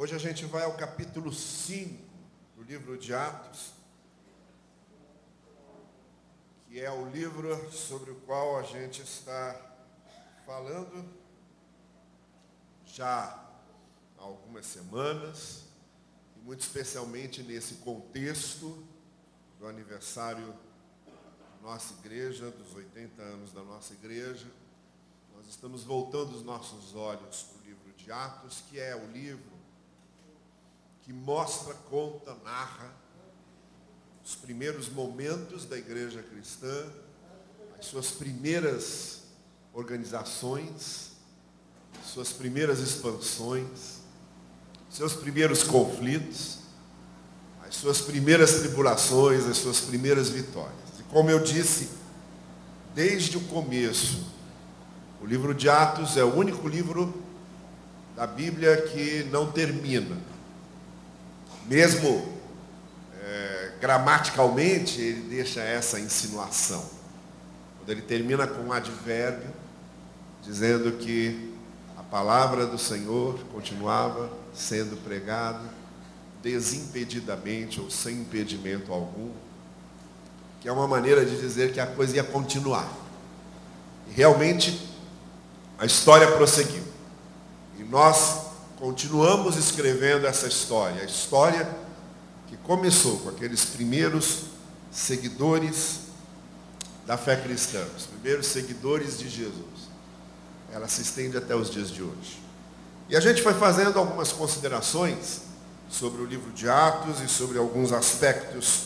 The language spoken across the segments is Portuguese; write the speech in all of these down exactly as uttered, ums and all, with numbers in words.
Hoje a gente vai ao capítulo cinco do livro de Atos, que é o livro sobre o qual a gente está falando já há algumas semanas, e muito especialmente nesse contexto do aniversário da nossa igreja, dos oitenta anos da nossa igreja. Nós estamos voltando os nossos olhos para o livro de Atos, que é o livro que mostra, conta, narra os primeiros momentos da igreja cristã, as suas primeiras organizações, suas primeiras expansões, seus primeiros conflitos, as suas primeiras tribulações, as suas primeiras vitórias. E como eu disse, desde o começo, o livro de Atos é o único livro da Bíblia que não termina. Mesmo é, gramaticalmente, ele deixa essa insinuação. Quando ele termina com um advérbio, dizendo que a palavra do Senhor continuava sendo pregada desimpedidamente ou sem impedimento algum, que é uma maneira de dizer que a coisa ia continuar. E realmente a história prosseguiu. E nós continuamos escrevendo essa história, a história que começou com aqueles primeiros seguidores da fé cristã, os primeiros seguidores de Jesus. Ela se estende até os dias de hoje. E a gente foi fazendo algumas considerações sobre o livro de Atos e sobre alguns aspectos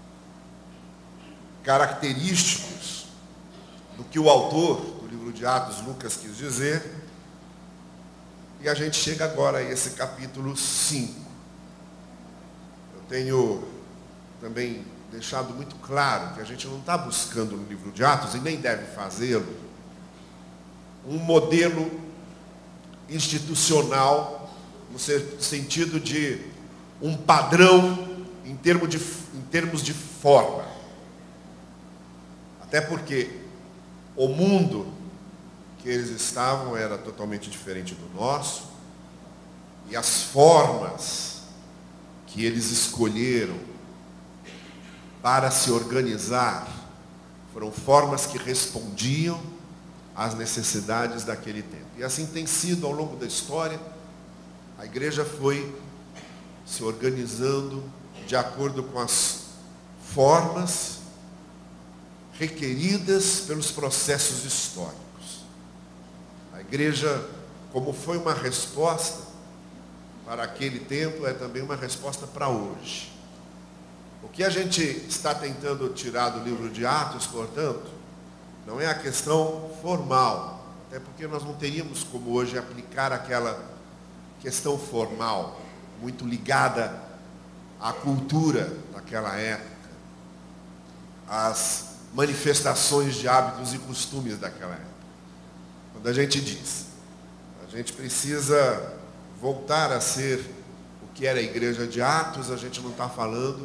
característicos do que o autor do livro de Atos, Lucas, quis dizer. E a gente chega agora a esse capítulo cinco. Eu tenho também deixado muito claro que a gente não está buscando no livro de Atos, e nem deve fazê-lo, um modelo institucional, no sentido de um padrão em termos de, em termos de forma. Até porque o mundo que eles estavam era totalmente diferente do nosso, e as formas que eles escolheram para se organizar foram formas que respondiam às necessidades daquele tempo. E assim tem sido ao longo da história. A igreja foi se organizando de acordo com as formas requeridas pelos processos históricos. A igreja, como foi uma resposta para aquele tempo, é também uma resposta para hoje. O que a gente está tentando tirar do livro de Atos, portanto, não é a questão formal, até porque nós não teríamos como hoje aplicar aquela questão formal, muito ligada à cultura daquela época, às manifestações de hábitos e costumes daquela época. Quando a gente diz, a gente precisa voltar a ser o que era a igreja de Atos, a gente não está falando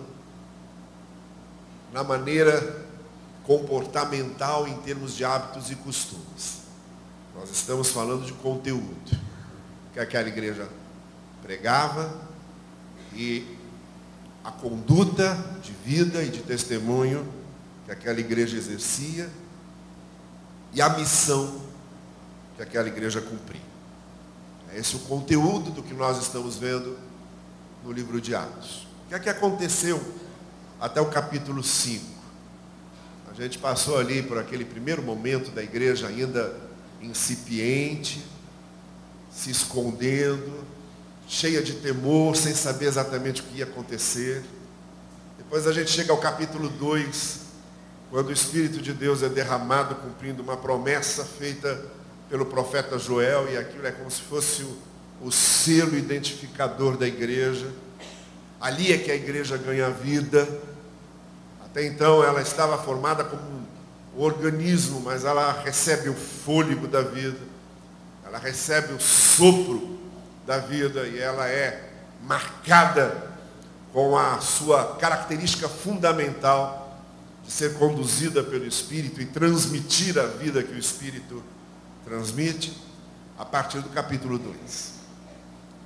na maneira comportamental em termos de hábitos e costumes. Nós estamos falando de conteúdo, que aquela igreja pregava e a conduta de vida e de testemunho que aquela igreja exercia e a missão que aquela igreja cumpria. É esse o conteúdo do que nós estamos vendo no livro de Atos. O que é que aconteceu até o capítulo cinco? A gente passou ali por aquele primeiro momento da igreja ainda incipiente, se escondendo, cheia de temor, sem saber exatamente o que ia acontecer. Depois a gente chega ao capítulo dois, quando o Espírito de Deus é derramado, cumprindo uma promessa feita pelo profeta Joel, e aquilo é como se fosse o, o selo identificador da igreja. Ali é que a igreja ganha vida. Até então ela estava formada como um organismo, mas ela recebe o fôlego da vida, ela recebe o sopro da vida, e ela é marcada com a sua característica fundamental de ser conduzida pelo Espírito e transmitir a vida que o Espírito transmite, a partir do capítulo dois.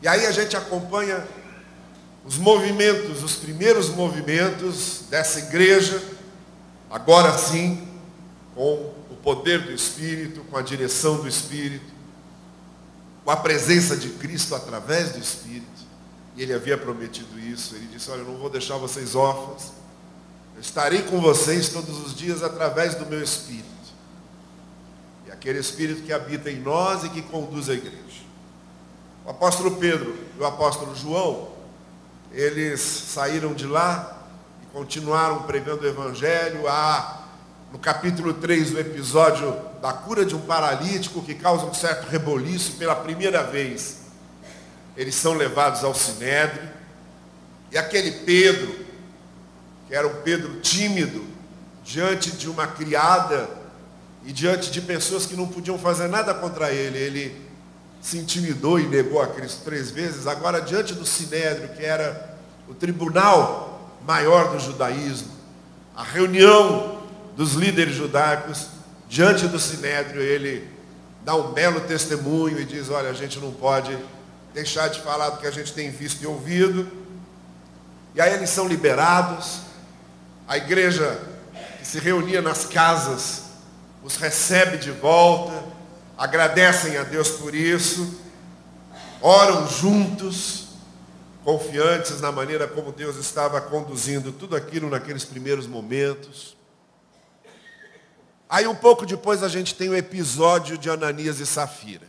E aí a gente acompanha os movimentos, os primeiros movimentos dessa igreja, agora sim, com o poder do Espírito, com a direção do Espírito, com a presença de Cristo através do Espírito. E ele havia prometido isso. Ele disse: olha, eu não vou deixar vocês órfãos. Eu estarei com vocês todos os dias através do meu Espírito. E aquele Espírito que habita em nós e que conduz a igreja. O apóstolo Pedro e o apóstolo João, eles saíram de lá e continuaram pregando o Evangelho. Há, no capítulo três, o episódio da cura de um paralítico que causa um certo reboliço. Pela primeira vez, eles são levados ao Sinédrio. E aquele Pedro, que era um Pedro tímido, diante de uma criada e diante de pessoas que não podiam fazer nada contra ele, ele se intimidou e negou a Cristo três vezes. Agora, diante do Sinédrio, que era o tribunal maior do judaísmo, a reunião dos líderes judaicos, diante do Sinédrio, ele dá um belo testemunho e diz: olha, a gente não pode deixar de falar do que a gente tem visto e ouvido. E aí eles são liberados. A igreja que se reunia nas casas os recebe de volta, agradecem a Deus por isso, oram juntos, confiantes na maneira como Deus estava conduzindo tudo aquilo naqueles primeiros momentos. Aí um pouco depois a gente tem o episódio de Ananias e Safira,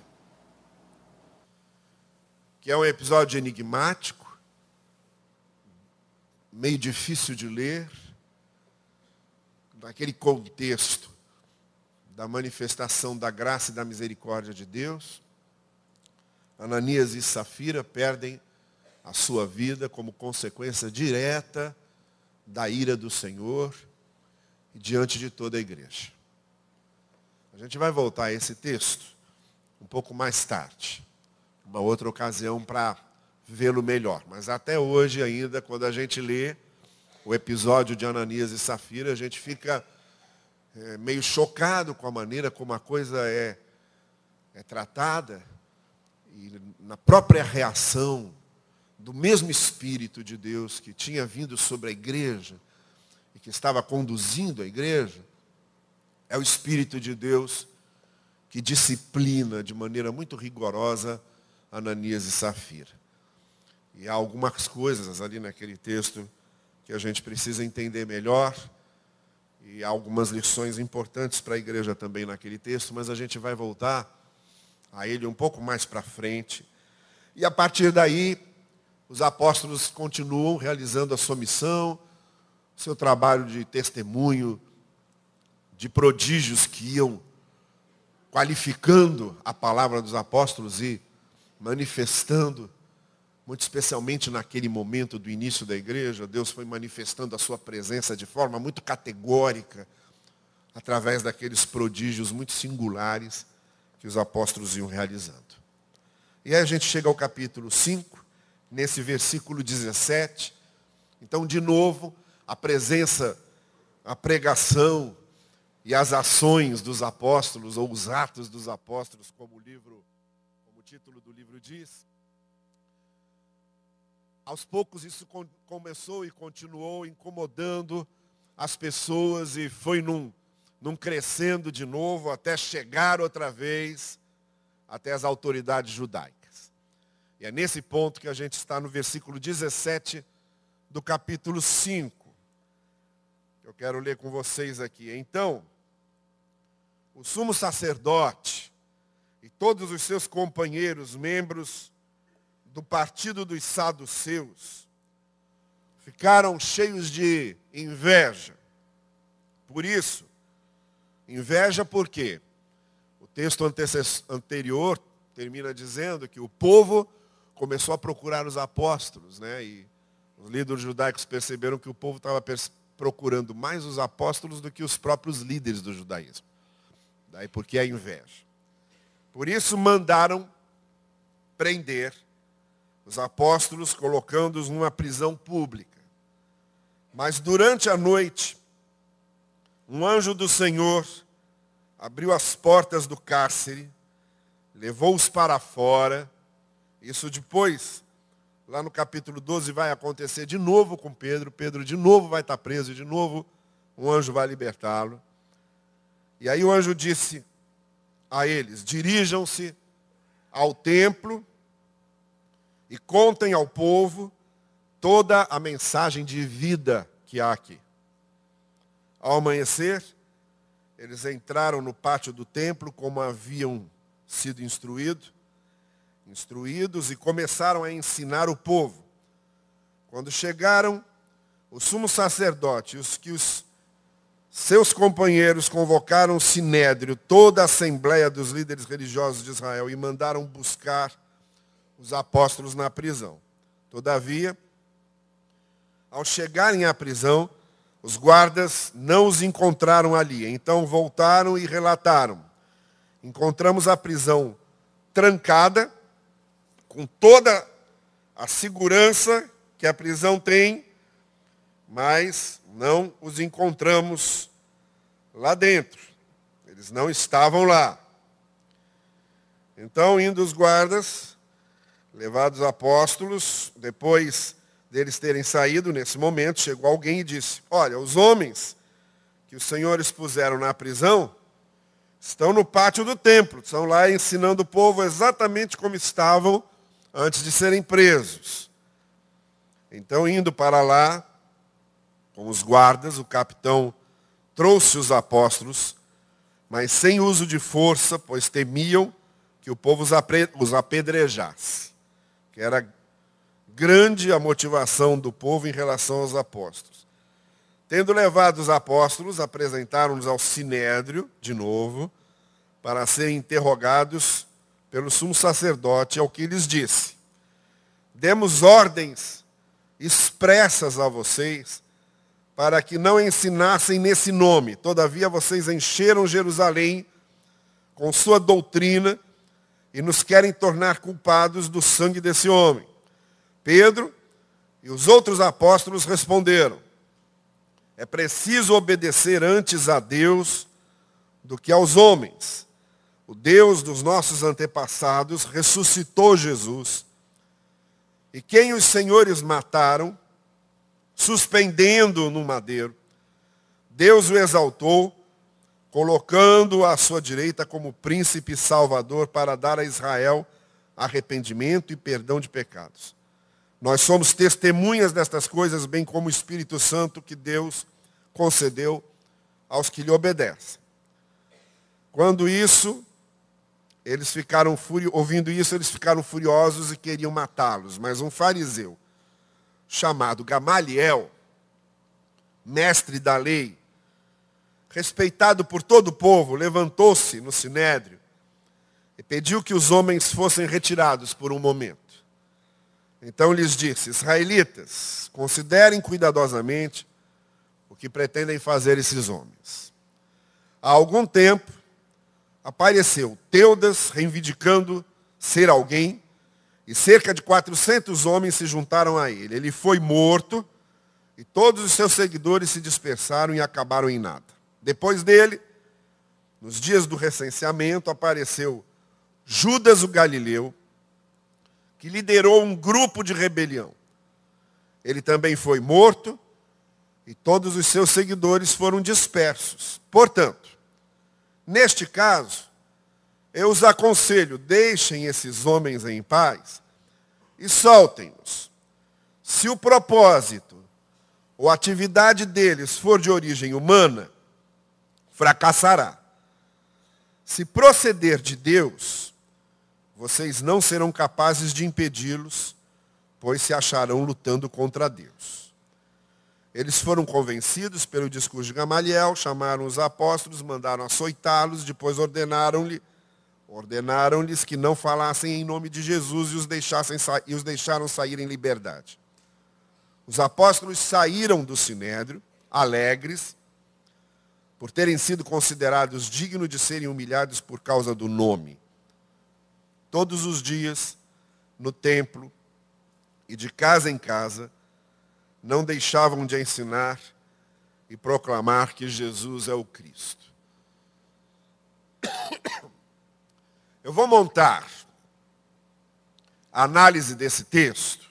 que é um episódio enigmático, meio difícil de ler, naquele contexto da manifestação da graça e da misericórdia de Deus. Ananias e Safira perdem a sua vida como consequência direta da ira do Senhor e diante de toda a igreja. A gente vai voltar a esse texto um pouco mais tarde, uma outra ocasião para vê-lo melhor. Mas até hoje ainda, quando a gente lê o episódio de Ananias e Safira, a gente fica É, meio chocado com a maneira como a coisa é, é tratada, e na própria reação do mesmo Espírito de Deus que tinha vindo sobre a igreja e que estava conduzindo a igreja, é o Espírito de Deus que disciplina de maneira muito rigorosa Ananias e Safira. E há algumas coisas ali naquele texto que a gente precisa entender melhor. E há algumas lições importantes para a igreja também naquele texto, mas a gente vai voltar a ele um pouco mais para frente. E a partir daí, os apóstolos continuam realizando a sua missão, seu trabalho de testemunho, de prodígios que iam qualificando a palavra dos apóstolos e manifestando, muito especialmente naquele momento do início da igreja, Deus foi manifestando a sua presença de forma muito categórica, através daqueles prodígios muito singulares que os apóstolos iam realizando. E aí a gente chega ao capítulo cinco, nesse versículo dezessete. Então, de novo, a presença, a pregação e as ações dos apóstolos, ou os atos dos apóstolos, como o livro, como o título do livro diz. Aos poucos isso começou e continuou incomodando as pessoas e foi num, num crescendo de novo até chegar outra vez até as autoridades judaicas. E é nesse ponto que a gente está no versículo dezessete do capítulo cinco. Eu quero ler com vocês aqui. Então, o sumo sacerdote e todos os seus companheiros, membros do partido dos saduceus, ficaram cheios de inveja. Por isso, inveja por quê? O texto anterior termina dizendo que o povo começou a procurar os apóstolos, né? E os líderes judaicos perceberam que o povo estava procurando mais os apóstolos do que os próprios líderes do judaísmo. Daí porque a inveja. Por isso mandaram prender os apóstolos, colocando-os numa prisão pública. Mas durante a noite, um anjo do Senhor abriu as portas do cárcere, levou-os para fora Isso depois, lá no capítulo doze, vai acontecer de novo com Pedro. Pedro de novo vai estar preso, e de novo um anjo vai libertá-lo. E aí o anjo disse a eles: dirijam-se ao templo e contem ao povo toda a mensagem de vida que há aqui. Ao amanhecer, eles entraram no pátio do templo como haviam sido instruídos, instruídos e começaram a ensinar o povo. Quando chegaram, o sumo sacerdote e os que os seus companheiros convocaram o sinédrio, toda a assembleia dos líderes religiosos de Israel, e mandaram buscar os apóstolos na prisão. Todavia, ao chegarem à prisão, os guardas não os encontraram ali. Então voltaram e relataram: encontramos a prisão trancada, com toda a segurança que a prisão tem, mas não os encontramos lá dentro. Eles não estavam lá. Então, indo os guardas, levados os apóstolos, depois deles terem saído, nesse momento, chegou alguém e disse: olha, os homens que os senhores puseram na prisão estão no pátio do templo, estão lá ensinando o povo exatamente como estavam antes de serem presos. Então, indo para lá, com os guardas, o capitão trouxe os apóstolos, mas sem uso de força, pois temiam que o povo os apedrejasse. Que era grande a motivação do povo em relação aos apóstolos. Tendo levado os apóstolos, apresentaram-nos ao sinédrio, de novo, para serem interrogados pelo sumo sacerdote, ao que lhes disse: demos ordens expressas a vocês, para que não ensinassem nesse nome. Todavia vocês encheram Jerusalém com sua doutrina e nos querem tornar culpados do sangue desse homem. Pedro e os outros apóstolos responderam: é preciso obedecer antes a Deus do que aos homens. O Deus dos nossos antepassados ressuscitou Jesus, e quem os senhores mataram, suspendendo-o no madeiro, Deus o exaltou, colocando-o à sua direita como príncipe e salvador para dar a Israel arrependimento e perdão de pecados. Nós somos testemunhas destas coisas, bem como o Espírito Santo que Deus concedeu aos que lhe obedecem. Quando isso, eles ficaram furi- ouvindo isso, eles ficaram furiosos e queriam matá-los. Mas um fariseu chamado Gamaliel, mestre da lei, respeitado por todo o povo, levantou-se no sinédrio e pediu que os homens fossem retirados por um momento. Então lhes disse: israelitas, considerem cuidadosamente o que pretendem fazer esses homens. Há algum tempo apareceu Teudas reivindicando ser alguém, e cerca de quatrocentos homens se juntaram a ele. Ele foi morto e todos os seus seguidores se dispersaram e acabaram em nada. Depois dele, nos dias do recenseamento, apareceu Judas o Galileu, que liderou um grupo de rebelião. Ele também foi morto e todos os seus seguidores foram dispersos. Portanto, neste caso, eu os aconselho: deixem esses homens em paz e soltem-os. Se o propósito ou a atividade deles for de origem humana, fracassará. Se proceder de Deus, vocês não serão capazes de impedi-los, pois se acharão lutando contra Deus. Eles foram convencidos pelo discurso de Gamaliel, chamaram os apóstolos, mandaram açoitá-los, depois ordenaram-lhe, ordenaram-lhes que não falassem em nome de Jesus e os, deixassem, e os deixaram sair em liberdade. Os apóstolos saíram do sinédrio, alegres, por terem sido considerados dignos de serem humilhados por causa do nome. Todos os dias, no templo e de casa em casa, não deixavam de ensinar e proclamar que Jesus é o Cristo. Eu vou montar a análise desse texto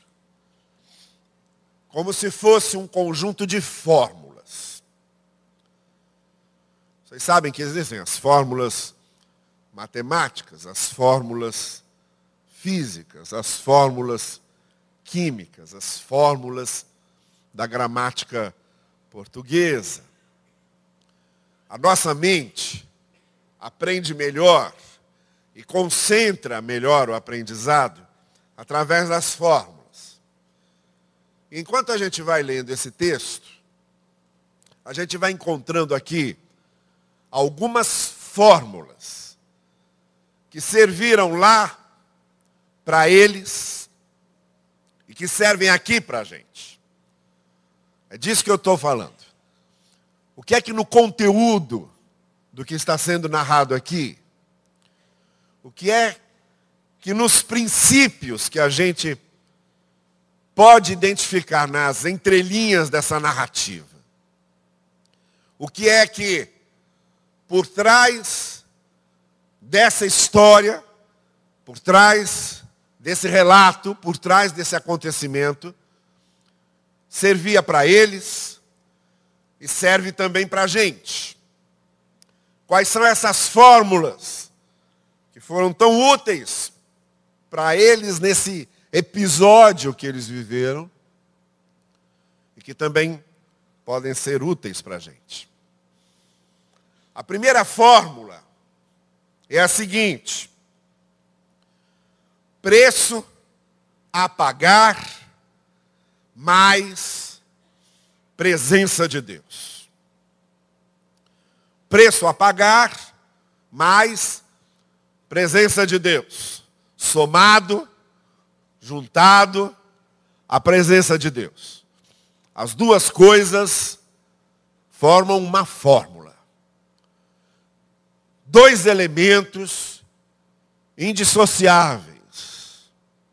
como se fosse um conjunto de fórmulas. Vocês sabem que existem as fórmulas matemáticas, as fórmulas físicas, as fórmulas químicas, as fórmulas da gramática portuguesa. A nossa mente aprende melhor e concentra melhor o aprendizado através das fórmulas. Enquanto a gente vai lendo esse texto, a gente vai encontrando aqui algumas fórmulas que serviram lá para eles e que servem aqui para a gente. É disso que eu estou falando. O que é que no conteúdo do que está sendo narrado aqui, o que é que nos princípios que a gente pode identificar nas entrelinhas dessa narrativa, o que é que por trás dessa história, por trás desse relato, por trás desse acontecimento, servia para eles e serve também para a gente. Quais são essas fórmulas que foram tão úteis para eles nesse episódio que eles viveram e que também podem ser úteis para a gente? A primeira fórmula é a seguinte: preço a pagar mais presença de Deus. Preço a pagar mais presença de Deus. Somado, juntado à presença de Deus. As duas coisas formam uma fórmula. Dois elementos indissociáveis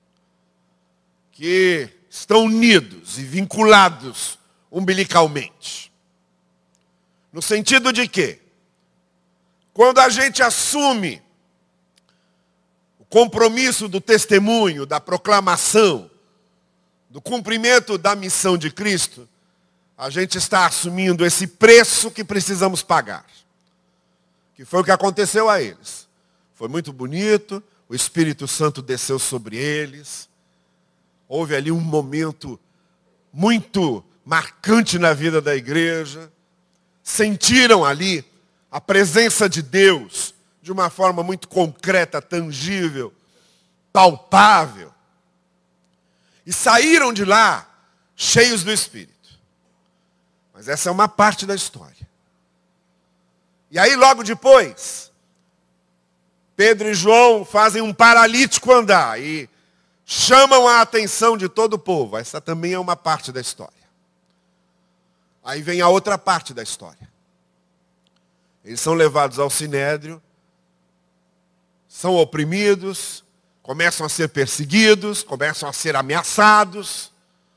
que estão unidos e vinculados umbilicalmente. No sentido de que, quando a gente assume o compromisso do testemunho, da proclamação, do cumprimento da missão de Cristo, a gente está assumindo esse preço que precisamos pagar. Que foi o que aconteceu a eles. Foi muito bonito, o Espírito Santo desceu sobre eles. Houve ali um momento muito marcante na vida da igreja. Sentiram ali a presença de Deus de uma forma muito concreta, tangível, palpável. E saíram de lá cheios do Espírito. Mas essa é uma parte da história. E aí logo depois, Pedro e João fazem um paralítico andar e chamam a atenção de todo o povo. Essa também é uma parte da história. Aí vem a outra parte da história. Eles são levados ao sinédrio, são oprimidos, começam a ser perseguidos, começam a ser ameaçados.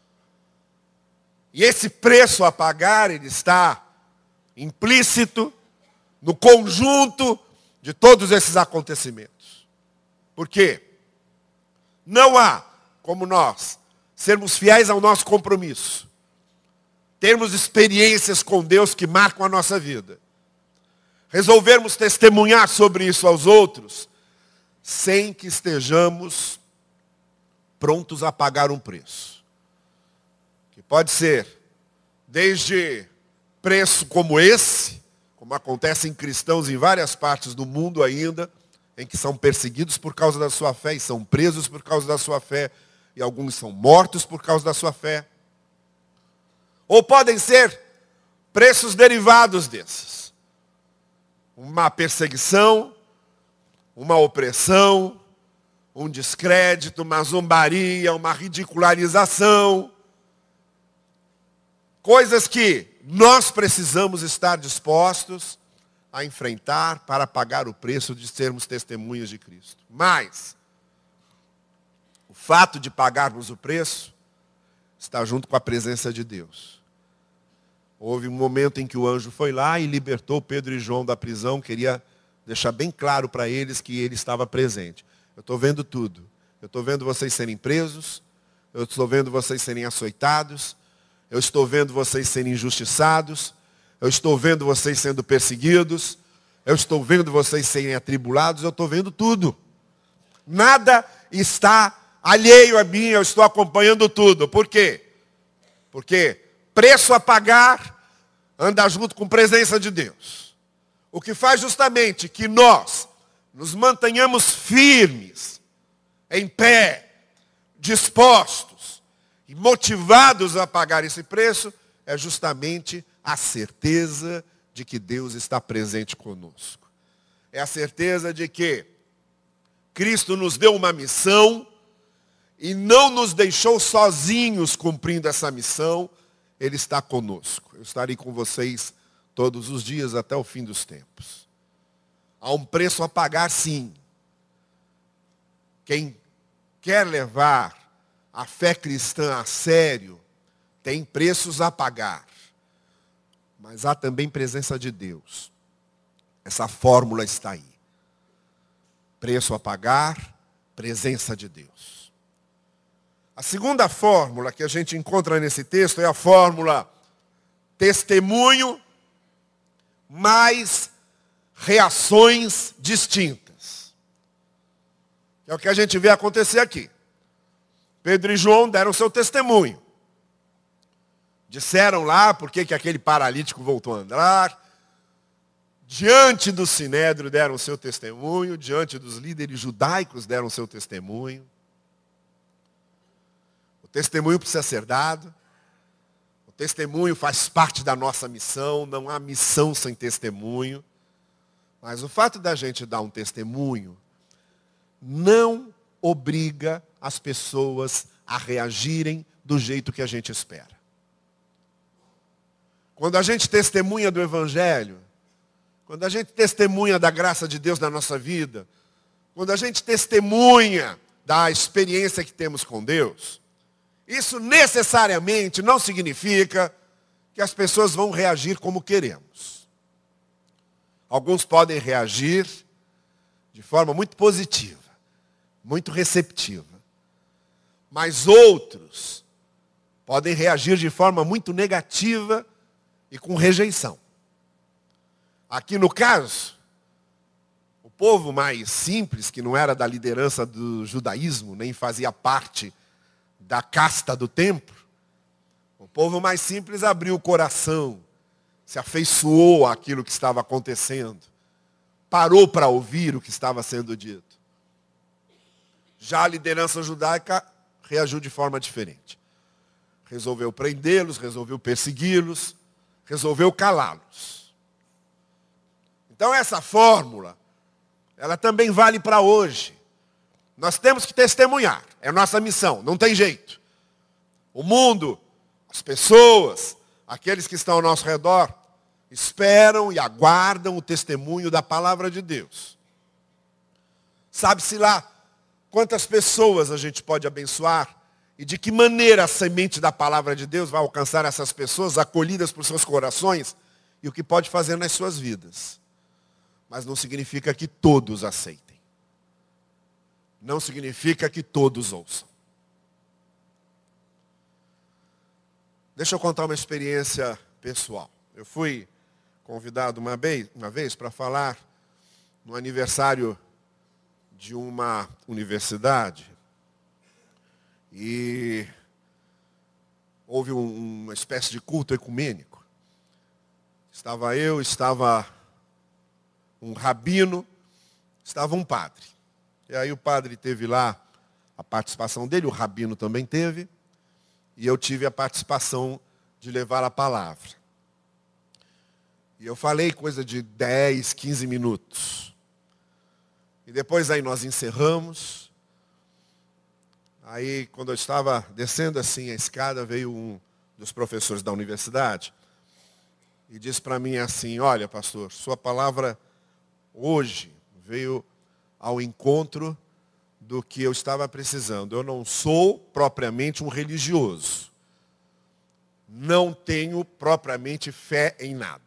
E esse preço a pagar, ele está implícito no conjunto de todos esses acontecimentos. Por quê? Não há como nós sermos fiéis ao nosso compromisso, termos experiências com Deus que marcam a nossa vida, resolvermos testemunhar sobre isso aos outros, sem que estejamos prontos a pagar um preço. Que pode ser desde preço como esse, como acontece em cristãos em várias partes do mundo ainda, em que são perseguidos por causa da sua fé e são presos por causa da sua fé, e alguns são mortos por causa da sua fé. Ou podem ser preços derivados desses. Uma perseguição, uma opressão, um descrédito, uma zombaria, uma ridicularização. Coisas que nós precisamos estar dispostos a enfrentar para pagar o preço de sermos testemunhas de Cristo. Mas o fato de pagarmos o preço está junto com a presença de Deus. Houve um momento em que o anjo foi lá e libertou Pedro e João da prisão, queria deixar bem claro para eles que ele estava presente. Eu estou vendo tudo, Eu estou vendo vocês serem presos. Eu estou vendo vocês serem açoitados. Eu estou vendo vocês serem injustiçados. Eu estou vendo vocês sendo perseguidos. Eu estou vendo vocês serem atribulados. Eu estou vendo tudo. Nada está alheio a mim. Eu estou acompanhando tudo. Por quê? Porque preço a pagar anda junto com presença de Deus. O que faz justamente que nós nos mantenhamos firmes, em pé, dispostos e motivados a pagar esse preço, é justamente a certeza de que Deus está presente conosco. É a certeza de que Cristo nos deu uma missão e não nos deixou sozinhos cumprindo essa missão. Ele está conosco. Eu estarei com vocês todos os dias até o fim dos tempos. Há um preço a pagar, sim. Quem quer levar a fé cristã a sério tem preços a pagar. Mas há também presença de Deus. Essa fórmula está aí. Preço a pagar, presença de Deus. A segunda fórmula que a gente encontra nesse texto é a fórmula testemunho mais reações distintas. É o que a gente vê acontecer aqui. Pedro e João deram seu testemunho. Disseram lá por que aquele paralítico voltou a andar. Diante do sinédrio deram seu testemunho. Diante dos líderes judaicos deram seu testemunho. O testemunho precisa ser dado. O testemunho faz parte da nossa missão. Não há missão sem testemunho. Mas o fato da gente dar um testemunho não obriga as pessoas a reagirem do jeito que a gente espera. Quando a gente testemunha do Evangelho, quando a gente testemunha da graça de Deus na nossa vida, quando a gente testemunha da experiência que temos com Deus, isso necessariamente não significa que as pessoas vão reagir como queremos. Alguns podem reagir de forma muito positiva, muito receptiva. Mas outros podem reagir de forma muito negativa e com rejeição. Aqui no caso, o povo mais simples, que não era da liderança do judaísmo, nem fazia parte da casta do templo, o povo mais simples abriu o coração, se afeiçoou àquilo que estava acontecendo, parou para ouvir o que estava sendo dito. Já a liderança judaica reagiu de forma diferente. Resolveu prendê-los, resolveu persegui-los, resolveu calá-los. Então essa fórmula, ela também vale para hoje. Nós temos que testemunhar, é a nossa missão, não tem jeito. O mundo, as pessoas, aqueles que estão ao nosso redor, esperam e aguardam o testemunho da palavra de Deus. Sabe-se lá quantas pessoas a gente pode abençoar e de que maneira a semente da palavra de Deus vai alcançar essas pessoas acolhidas por seus corações e o que pode fazer nas suas vidas. Mas não significa que todos aceitem. Não significa que todos ouçam. Deixa eu contar uma experiência pessoal. Eu fui convidado uma vez, uma vez para falar no aniversário de uma universidade. E houve um, uma espécie de culto ecumênico. Estava eu, estava um rabino, estava um padre. E aí o padre teve lá a participação dele, o rabino também teve, e eu tive a participação de levar a palavra. E eu falei coisa de dez, quinze minutos. E depois aí nós encerramos. Aí, quando eu estava descendo assim a escada, veio um dos professores da universidade e disse para mim assim: olha, pastor, sua palavra hoje veio ao encontro do que eu estava precisando. Eu não sou propriamente um religioso. Não tenho propriamente fé em nada.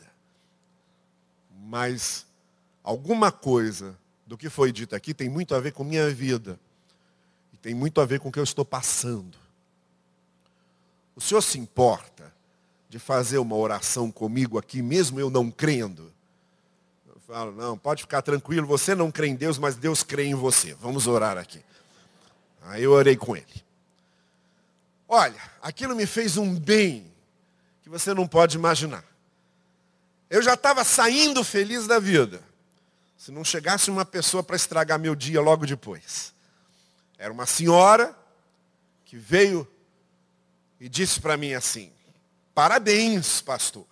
Mas alguma coisa do que foi dito aqui tem muito a ver com minha vida. E tem muito a ver com o que eu estou passando. O senhor se importa de fazer uma oração comigo aqui, mesmo eu não crendo? Eu falo, não, pode ficar tranquilo, você não crê em Deus, mas Deus crê em você. Vamos orar aqui. Aí eu orei com ele. Olha, aquilo me fez um bem que você não pode imaginar. Eu já estava saindo feliz da vida, se não chegasse uma pessoa para estragar meu dia logo depois. Era uma senhora que veio e disse para mim assim, parabéns, pastor.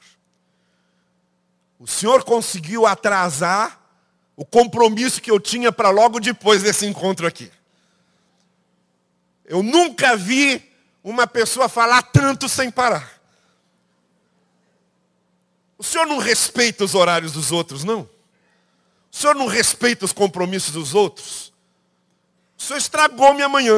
O senhor conseguiu atrasar o compromisso que eu tinha para logo depois desse encontro aqui. Eu nunca vi uma pessoa falar tanto sem parar. O senhor não respeita os horários dos outros, não? O senhor não respeita os compromissos dos outros? O senhor estragou minha manhã.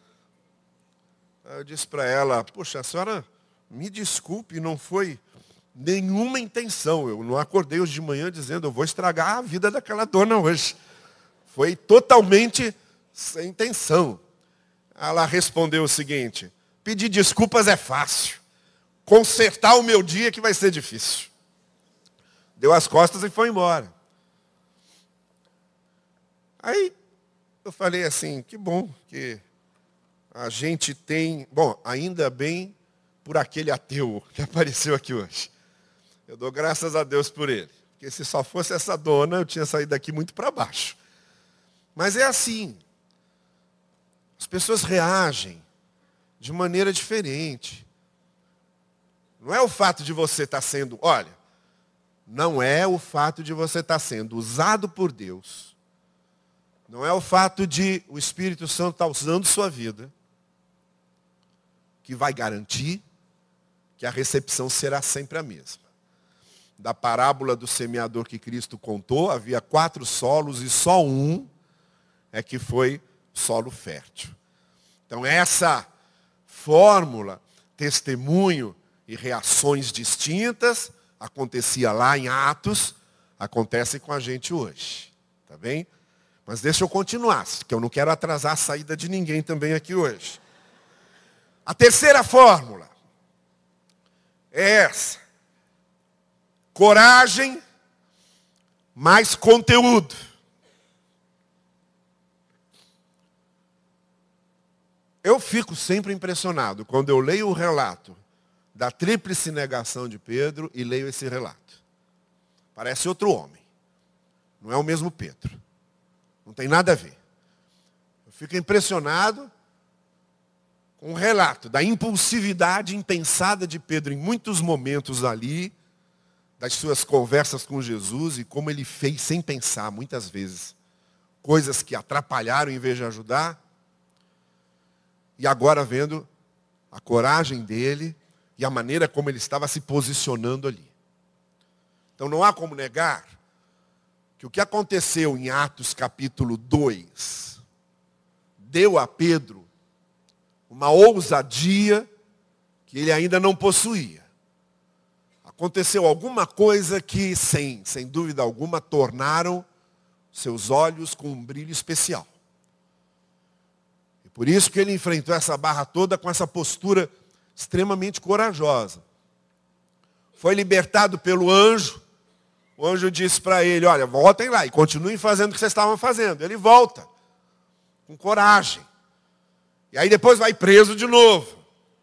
Aí eu disse para ela, poxa, a senhora, me desculpe, não foi nenhuma intenção. Eu não acordei hoje de manhã dizendo, eu vou estragar a vida daquela dona hoje. Foi totalmente sem intenção. Ela respondeu o seguinte, pedir desculpas é fácil. Consertar o meu dia que vai ser difícil. Deu as costas e foi embora. Aí eu falei assim, que bom que a gente tem... Bom, ainda bem por aquele ateu que apareceu aqui hoje. Eu dou graças a Deus por ele. Porque se só fosse essa dona, eu tinha saído daqui muito para baixo. Mas é assim. As pessoas reagem de maneira diferente. Não é o fato de você estar sendo... Olha, não é o fato de você estar sendo usado por Deus. Não é o fato de o Espírito Santo estar usando sua vida que vai garantir que a recepção será sempre a mesma. Da parábola do semeador que Cristo contou, havia quatro solos e só um é que foi solo fértil. Então essa fórmula, testemunho e reações distintas, acontecia lá em Atos, acontece com a gente hoje. Tá bem? Mas deixa eu continuar, que eu não quero atrasar a saída de ninguém também aqui hoje. A terceira fórmula é essa. Coragem mais conteúdo. Eu fico sempre impressionado quando eu leio o relato da tríplice negação de Pedro e leio esse relato. Parece outro homem. Não é o mesmo Pedro. Não tem nada a ver. Eu fico impressionado com o relato da impulsividade impensada de Pedro em muitos momentos ali, das suas conversas com Jesus e como ele fez sem pensar, muitas vezes, coisas que atrapalharam em vez de ajudar. E agora vendo a coragem dele e a maneira como ele estava se posicionando ali. Então não há como negar que o que aconteceu em Atos capítulo dois deu a Pedro uma ousadia que ele ainda não possuía. Aconteceu alguma coisa que, sem, sem dúvida alguma, tornaram seus olhos com um brilho especial. E por isso que ele enfrentou essa barra toda com essa postura extremamente corajosa. Foi libertado pelo anjo. O anjo disse para ele, olha, voltem lá e continuem fazendo o que vocês estavam fazendo. Ele volta, com coragem. E aí depois vai preso de novo.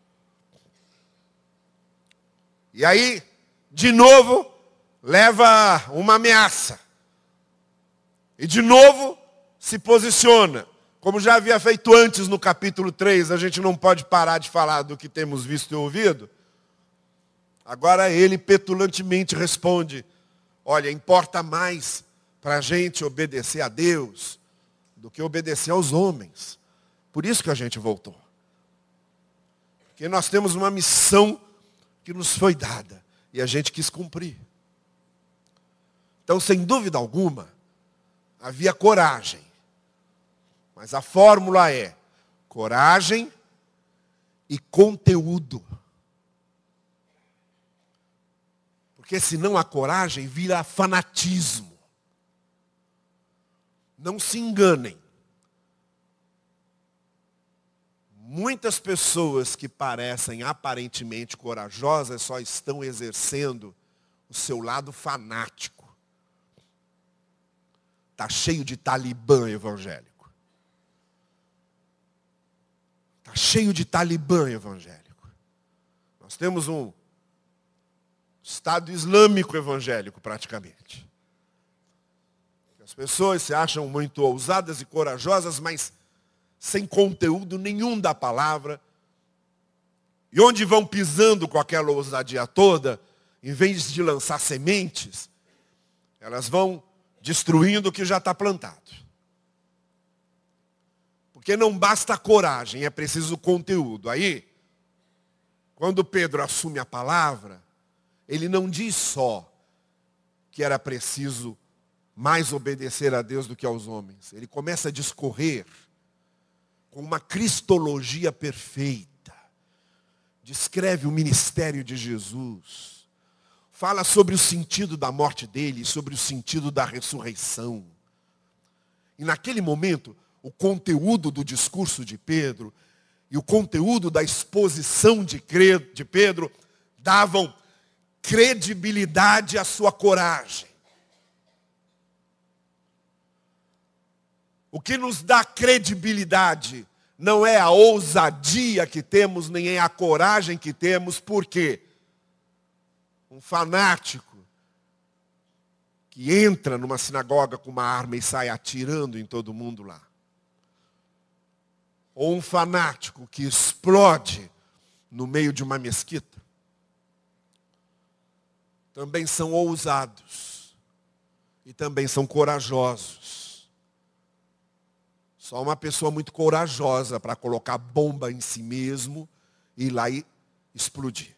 E aí, de novo, leva uma ameaça. E de novo, se posiciona. Como já havia feito antes no capítulo três, a gente não pode parar de falar do que temos visto e ouvido. Agora ele petulantemente responde, olha, importa mais para a gente obedecer a Deus do que obedecer aos homens. Por isso que a gente voltou. Porque nós temos uma missão que nos foi dada e a gente quis cumprir. Então, sem dúvida alguma, havia coragem. Mas a fórmula é coragem e conteúdo. Porque senão a coragem vira fanatismo. Não se enganem. muitas pessoas que parecem aparentemente corajosas só estão exercendo o seu lado fanático. Está cheio de talibã evangélico. Está cheio de talibã evangélico. Nós temos um Estado Islâmico evangélico, praticamente. As pessoas se acham muito ousadas e corajosas, mas sem conteúdo nenhum da palavra. E onde vão pisando com aquela ousadia toda, em vez de lançar sementes, elas vão destruindo o que já está plantado. Porque não basta a coragem, é preciso conteúdo. Aí, quando Pedro assume a palavra, ele não diz só que era preciso mais obedecer a Deus do que aos homens. Ele começa a discorrer com uma cristologia perfeita. Descreve o ministério de Jesus. Fala sobre o sentido da morte dele, sobre o sentido da ressurreição. E naquele momento, o conteúdo do discurso de Pedro e o conteúdo da exposição de Pedro davam credibilidade à sua coragem. O que nos dá credibilidade não é a ousadia que temos, nem é a coragem que temos, porque um fanático que entra numa sinagoga com uma arma e sai atirando em todo mundo lá, ou um fanático que explode no meio de uma mesquita, também são ousados e também são corajosos. Só uma pessoa muito corajosa para colocar bomba em si mesmo e ir lá e explodir.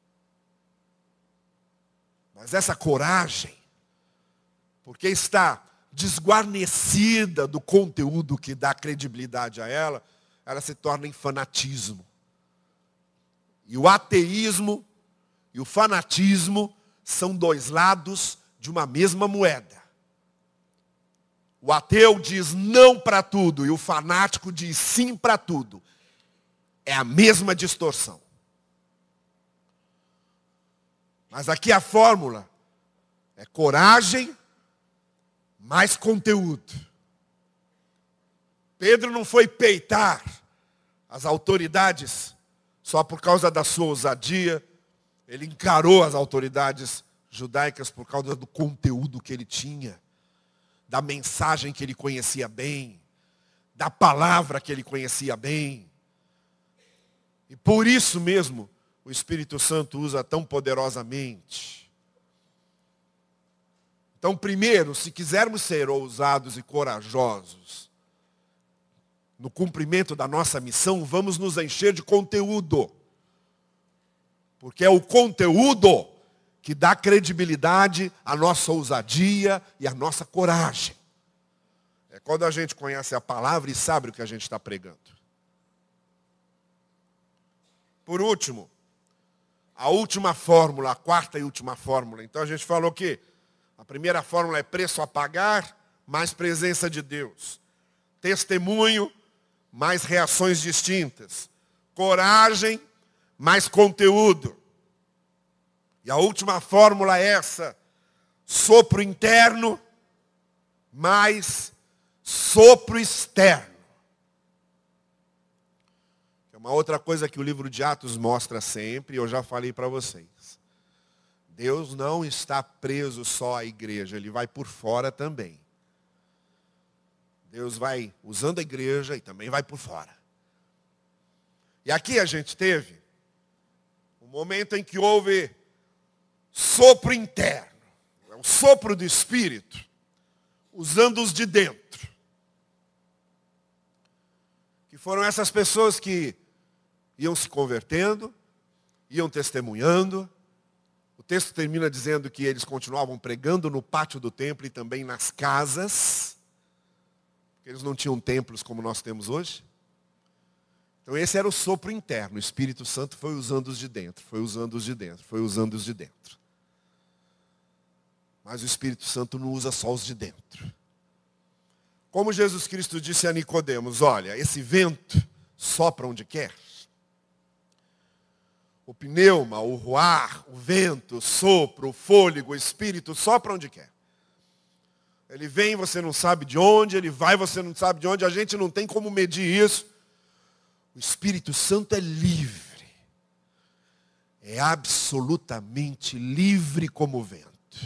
Mas essa coragem, porque está desguarnecida do conteúdo que dá credibilidade a ela, ela se torna em fanatismo. E o ateísmo e o fanatismo são dois lados de uma mesma moeda. O ateu diz não para tudo e o fanático diz sim para tudo. É a mesma distorção. Mas aqui a fórmula é coragem mais conteúdo. Pedro não foi peitar as autoridades só por causa da sua ousadia. Ele encarou as autoridades judaicas por causa do conteúdo que ele tinha, da mensagem que ele conhecia bem, da palavra que ele conhecia bem. E por isso mesmo, o Espírito Santo usa tão poderosamente. Então, primeiro, se quisermos ser ousados e corajosos no cumprimento da nossa missão, vamos nos encher de conteúdo. Porque é o conteúdo que dá credibilidade à nossa ousadia e à nossa coragem. É quando a gente conhece a palavra e sabe o que a gente está pregando. Por último, a última fórmula, a quarta e última fórmula. Então a gente falou que a primeira fórmula é preço a pagar, mais presença de Deus. Testemunho, mais reações distintas. Coragem, mais conteúdo. E a última fórmula é essa: sopro interno mais sopro externo. É uma outra coisa que o livro de Atos mostra sempre, eu já falei para vocês. Deus não está preso só à igreja, Ele vai por fora também. Deus vai usando a igreja e também vai por fora. E aqui a gente teve um momento em que houve sopro interno, o sopro do Espírito, usando-os de dentro. Que foram essas pessoas que iam se convertendo, iam testemunhando. O texto termina dizendo que eles continuavam pregando no pátio do templo e também nas casas. Porque eles não tinham templos como nós temos hoje. Então esse era o sopro interno. O Espírito Santo foi usando-os de dentro, foi usando-os de dentro, foi usando-os de dentro. Mas o Espírito Santo não usa só os de dentro. Como Jesus Cristo disse a Nicodemos, olha, esse vento sopra onde quer. O pneuma, o ruar, o vento, o sopro, o fôlego, o espírito sopra onde quer. Ele vem, você não sabe de onde, ele vai, você não sabe de onde, a gente não tem como medir isso. O Espírito Santo é livre. É absolutamente livre como o vento.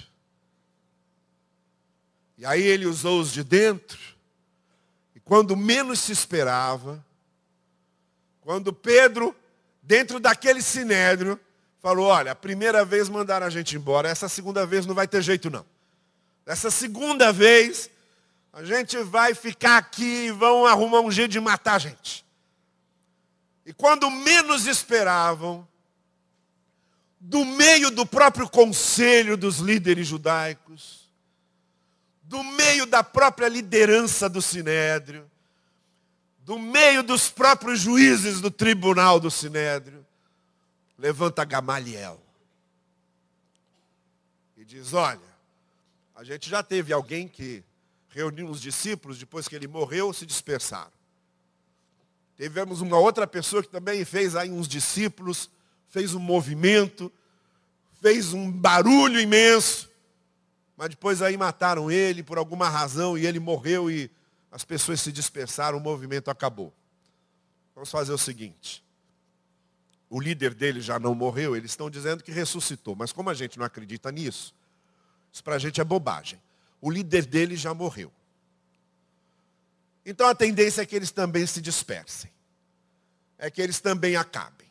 E aí ele usou os de dentro, e quando menos se esperava, quando Pedro, dentro daquele sinédrio, falou, olha, a primeira vez mandaram a gente embora, essa segunda vez não vai ter jeito não. Essa segunda vez, a gente vai ficar aqui e vão arrumar um jeito de matar a gente. E quando menos esperavam, do meio do próprio conselho dos líderes judaicos, do meio da própria liderança do sinédrio, do meio dos próprios juízes do tribunal do sinédrio, levanta Gamaliel e diz, olha, a gente já teve alguém que reuniu os discípulos, depois que ele morreu, se dispersaram. Tivemos uma outra pessoa que também fez aí uns discípulos, fez um movimento, fez um barulho imenso, mas depois aí mataram ele por alguma razão e ele morreu e as pessoas se dispersaram, o movimento acabou. Vamos fazer o seguinte, o líder dele já não morreu, eles estão dizendo que ressuscitou, mas como a gente não acredita nisso, isso para a gente é bobagem. O líder dele já morreu. Então a tendência é que eles também se dispersem. É que eles também acabem.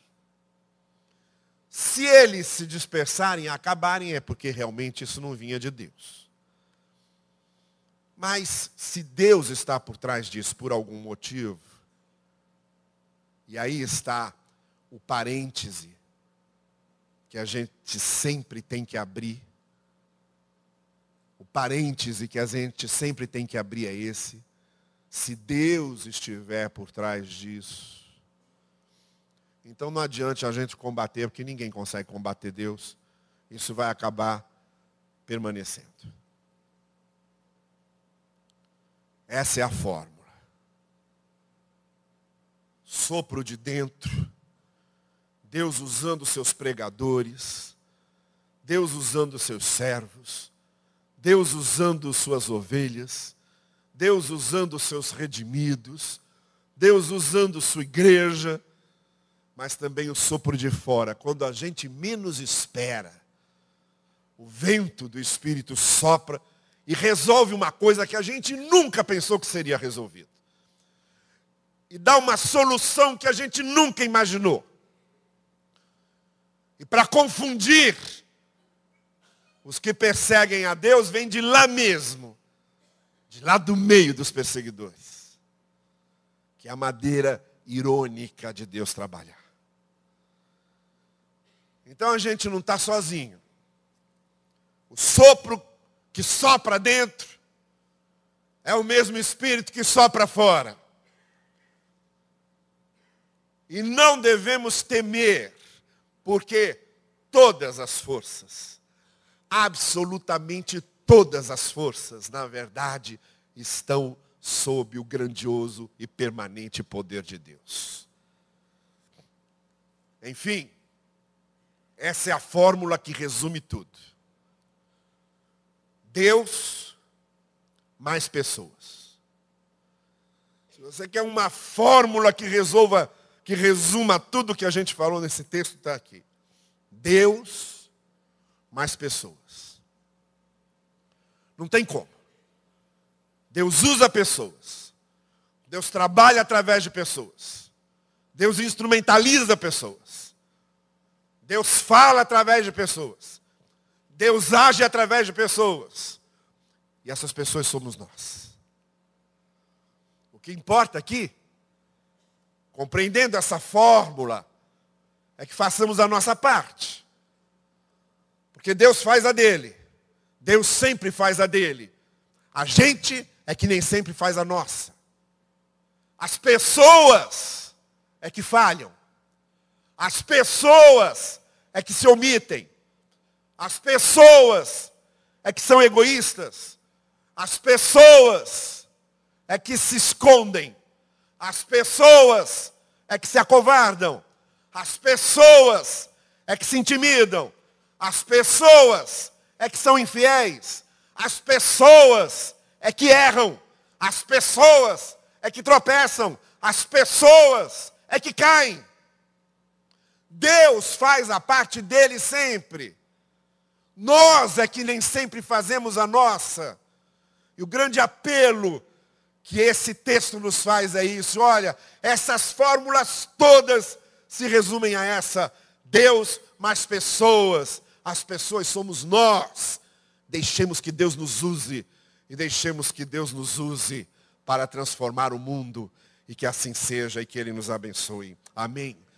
Se eles se dispersarem e acabarem, é porque realmente isso não vinha de Deus. Mas se Deus está por trás disso por algum motivo, e aí está o parêntese que a gente sempre tem que abrir, o parêntese que a gente sempre tem que abrir é esse. Se Deus estiver por trás disso, então não adianta a gente combater, porque ninguém consegue combater Deus. Isso vai acabar permanecendo. Essa é a fórmula. Sopro de dentro, Deus usando seus pregadores, Deus usando seus servos, Deus usando suas ovelhas, Deus usando seus redimidos, Deus usando sua igreja, mas também o sopro de fora. Quando a gente menos espera, o vento do Espírito sopra e resolve uma coisa que a gente nunca pensou que seria resolvida. E dá uma solução que a gente nunca imaginou. E para confundir, os que perseguem a Deus vêm de lá mesmo, de lá do meio dos perseguidores. Que é a maneira irônica de Deus trabalhar. Então a gente não está sozinho. O sopro que sopra dentro é o mesmo Espírito que sopra fora. E não devemos temer, porque todas as forças, absolutamente todas as forças, na verdade, estão sob o grandioso e permanente poder de Deus. Enfim, essa é a fórmula que resume tudo. Deus mais pessoas. Se você quer uma fórmula que resolva, que resuma tudo que a gente falou nesse texto, está aqui. Deus mais pessoas. Não tem como. Deus usa pessoas. Deus trabalha através de pessoas. Deus instrumentaliza pessoas. Deus fala através de pessoas. Deus age através de pessoas. E essas pessoas somos nós. O que importa aqui, compreendendo essa fórmula, é que façamos a nossa parte. Porque Deus faz a dele. Deus sempre faz a dele. A gente é que nem sempre faz a nossa. As pessoas é que falham. As pessoas é que se omitem. As pessoas é que são egoístas. As pessoas é que se escondem. As pessoas é que se acovardam. As pessoas é que se intimidam. As pessoas é que são infiéis. As pessoas é que erram. As pessoas é que tropeçam. As pessoas é que caem. Deus faz a parte dele sempre. Nós é que nem sempre fazemos a nossa. E o grande apelo que esse texto nos faz é isso. Olha, essas fórmulas todas se resumem a essa. Deus mais pessoas. As pessoas somos nós. Deixemos que Deus nos use. E deixemos que Deus nos use para transformar o mundo. E que assim seja e que Ele nos abençoe. Amém.